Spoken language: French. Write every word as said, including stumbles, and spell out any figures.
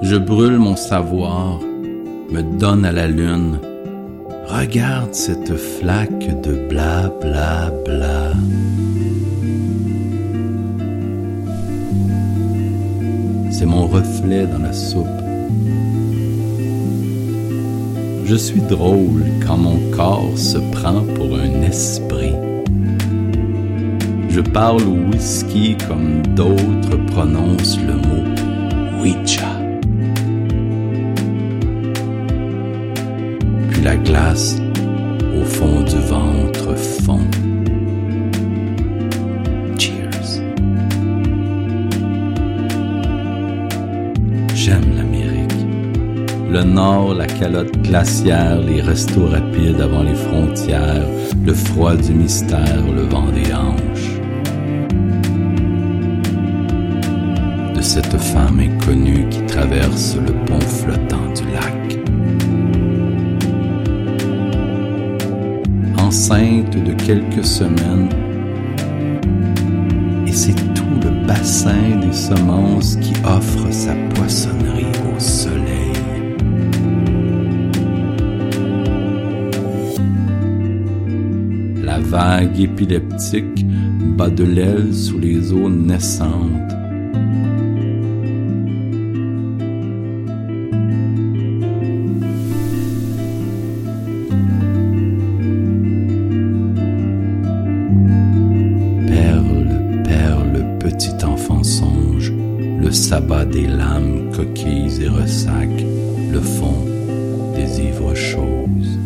Je brûle mon savoir, me donne à la lune. Regarde cette flaque de bla bla bla. C'est mon reflet dans la soupe. Je suis drôle quand mon corps se prend pour un esprit. Je parle au whisky comme d'autres prononcent le mot Ouija. Puis la glace au fond du ventre fond. Cheers. J'aime l'Amérique. Le Nord, la calotte glaciaire, les restos rapides avant les frontières, le froid du mystère, le vent des hanches. De cette femme inconnue qui traverse le pont flottant du lac. Enceinte de quelques semaines, et c'est tout le bassin des semences qui offre sa poissonnerie au soleil. La vague épileptique bat de l'aile sous les eaux naissantes. Perle, perle, petit enfant songe, le sabbat des lames, coquilles et ressacs, le fond des ivres choses.